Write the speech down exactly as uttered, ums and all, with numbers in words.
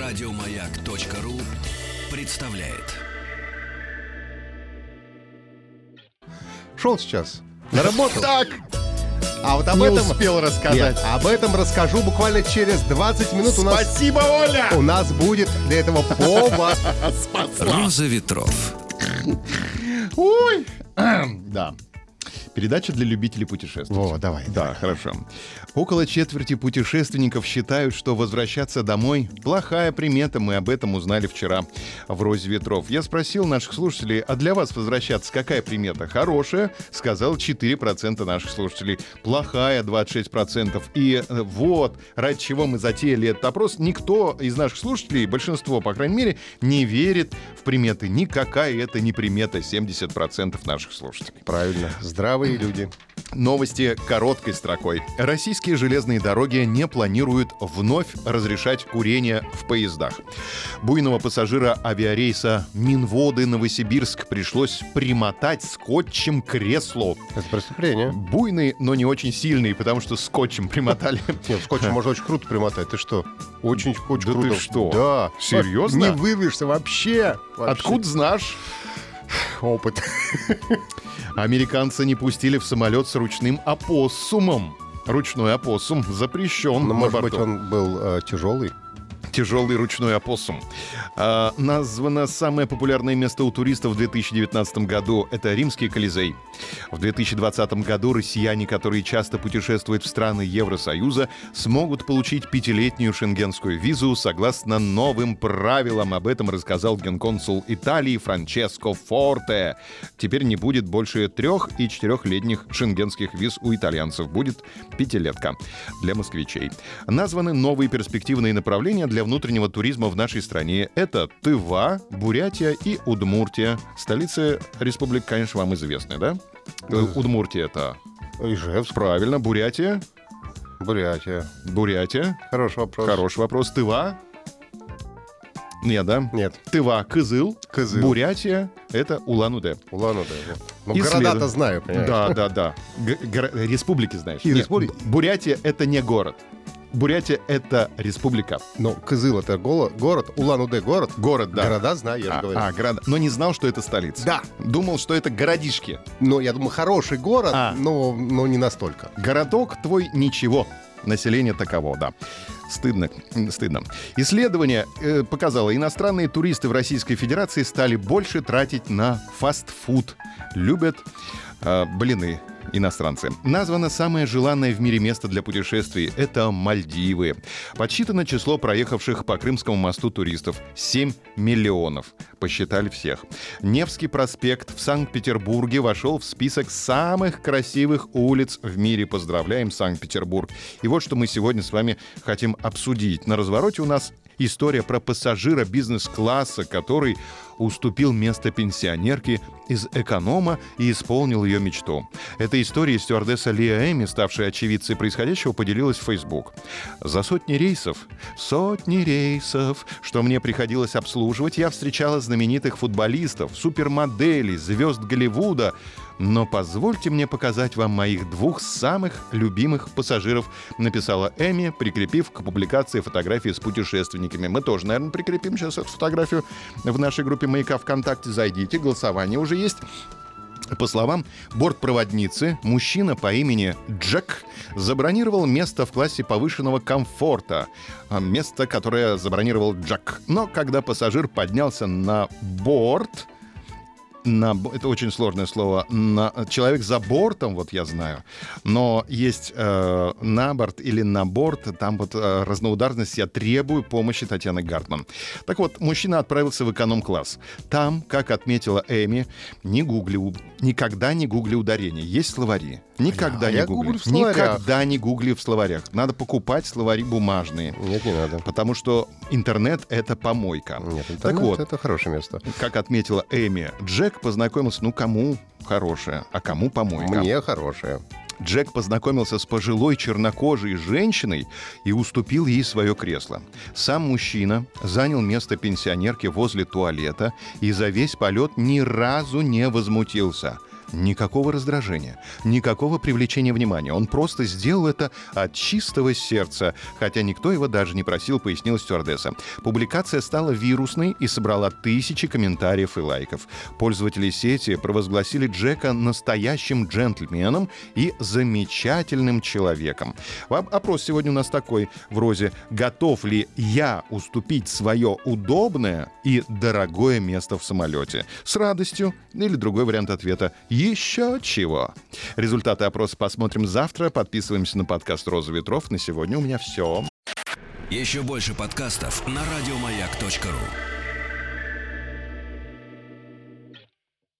Радиомаяк.ру представляет. Шел сейчас на работу. Так, А вот об не этом успел рассказать. Нет, об этом расскажу буквально через двадцать минут. У нас, Спасибо, Оля! у нас будет для этого повод. Спасла. Роза ветров. Ой. Да. Передача для любителей путешествий. Во, давай. Да, хорошо. Около четверти путешественников считают, что возвращаться домой – плохая примета. Мы об этом узнали вчера в «Розе ветров». Я спросил наших слушателей, а для вас возвращаться какая примета? Хорошая, сказал четыре процента наших слушателей. Плохая – двадцать шесть процентов. И вот, ради чего мы затеяли этот опрос, никто из наших слушателей, большинство, по крайней мере, не верит в приметы. Никакая это не примета, семьдесят процентов наших слушателей. Правильно. Здравые люди. Новости короткой строкой. Российские железные дороги не планируют вновь разрешать курение в поездах. Буйного пассажира авиарейса Минводы-Новосибирск пришлось примотать скотчем к креслу. Это преступление. Буйный, но не очень сильный, потому что скотчем примотали. Нет, скотчем можно очень круто примотать. Ты что? Очень, очень Да круто. ты что? Да. Серьезно? Не вырвешься вообще. Вообще. Откуда знаешь? Опыт. Американцы не пустили в самолет с ручным опоссумом. Ручной опоссум запрещен. Но, на может борту. быть, он был э, тяжелый. Тяжелый ручной опоссум. А, названо самое популярное место у туристов в две тысячи девятнадцатом году. Это Римский Колизей. В две тысячи двадцатом году россияне, которые часто путешествуют в страны Евросоюза, смогут получить пятилетнюю шенгенскую визу согласно новым правилам. Об этом рассказал генконсул Италии Франческо Форте. Теперь не будет больше трех- и четырехлетних шенгенских виз у итальянцев. Будет пятилетка для москвичей. Названы новые перспективные направления для внутреннего туризма в нашей стране. Это Тыва, Бурятия и Удмуртия. Столицы республик, конечно, вам известны, да? Удмуртия — это... Ижевск. Правильно. Бурятия? Бурятия. Бурятия. Хороший вопрос. Хороший вопрос. Тыва? Нет, да? Нет. Тыва — Кызыл. Кызыл. Бурятия — это Улан-Удэ. Улан-Удэ. Ну, Исследов- города-то знаю, понимаешь? Да, да, да. Г- гор- Республики знаешь. И Нет, республики? Бурятия — это не город. Бурятия — это республика. Ну, Кызыл — это голо- город, Улан-Удэ — город. Город, да. Города знаю, я же А, говорю. а, города. Но не знал, что это столица. Да. Думал, что это городишки. Ну, я думаю, хороший город, А. но, но не настолько. Городок твой — ничего. Население таково, да. Стыдно, стыдно. Исследование э, показало, иностранные туристы в Российской Федерации стали больше тратить на фастфуд. Любят э, блины иностранцы. Названо самое желанное в мире место для путешествий. Это Мальдивы. Подсчитано число проехавших по Крымскому мосту туристов. семь миллионов. Посчитали всех. Невский проспект в Санкт-Петербурге вошел в список самых красивых улиц в мире. Поздравляем, Санкт-Петербург. И вот что мы сегодня с вами хотим обсудить. На развороте у нас история про пассажира бизнес-класса, который уступил место пенсионерке из эконома и исполнил ее мечту. Этой историей стюардесса Лиа Эми, ставшая очевидцей происходящего, поделилась в Facebook. За сотни рейсов, сотни рейсов, что мне приходилось обслуживать, я встречала знаменитых футболистов, супермоделей, звезд Голливуда. Но позвольте мне показать вам моих двух самых любимых пассажиров, написала Эми, прикрепив к публикации фотографии с путешественниками. Мы тоже, наверное, прикрепим сейчас эту фотографию в нашей группе «Маяка» ВКонтакте. Зайдите, голосование уже есть. По словам бортпроводницы, мужчина по имени Джек забронировал место в классе повышенного комфорта. Место, которое забронировал Джек. Но когда пассажир поднялся на борт... На, это очень сложное слово. На, человек за бортом, вот я знаю. Но есть э, на борт или на борт. Там вот э, разноударность. Я требую помощи Татьяны Гартман. Так вот, мужчина отправился в эконом-класс. Там, как отметила Эми, не гугли, никогда не гугли ударения. Есть словари. Никогда А не я гугли. гуглю в словарях. Никогда не гугли в словарях. Надо покупать словари бумажные. Нет, не надо. Потому что интернет — это помойка. Нет, интернет так вот, это хорошее место. как отметила Эми, Джек познакомился, ну, кому хорошее, а кому помойка. Мне хорошее. Джек познакомился с пожилой чернокожей женщиной и уступил ей свое кресло. Сам мужчина занял место пенсионерки возле туалета и за весь полет ни разу не возмутился. Никакого раздражения, никакого привлечения внимания. Он просто сделал это от чистого сердца, хотя никто его даже не просил, пояснила стюардесса. Публикация стала вирусной и собрала тысячи комментариев и лайков. Пользователи сети провозгласили Джека настоящим джентльменом и замечательным человеком. Опрос сегодня у нас такой, вроде «Готов ли я уступить свое удобное и дорогое место в самолете?» С радостью или другой вариант ответа «Еще чего?». Результаты опроса посмотрим завтра. Подписываемся на подкаст «Роза ветров». На сегодня у меня все. Еще больше подкастов на радиомаяк точка ру.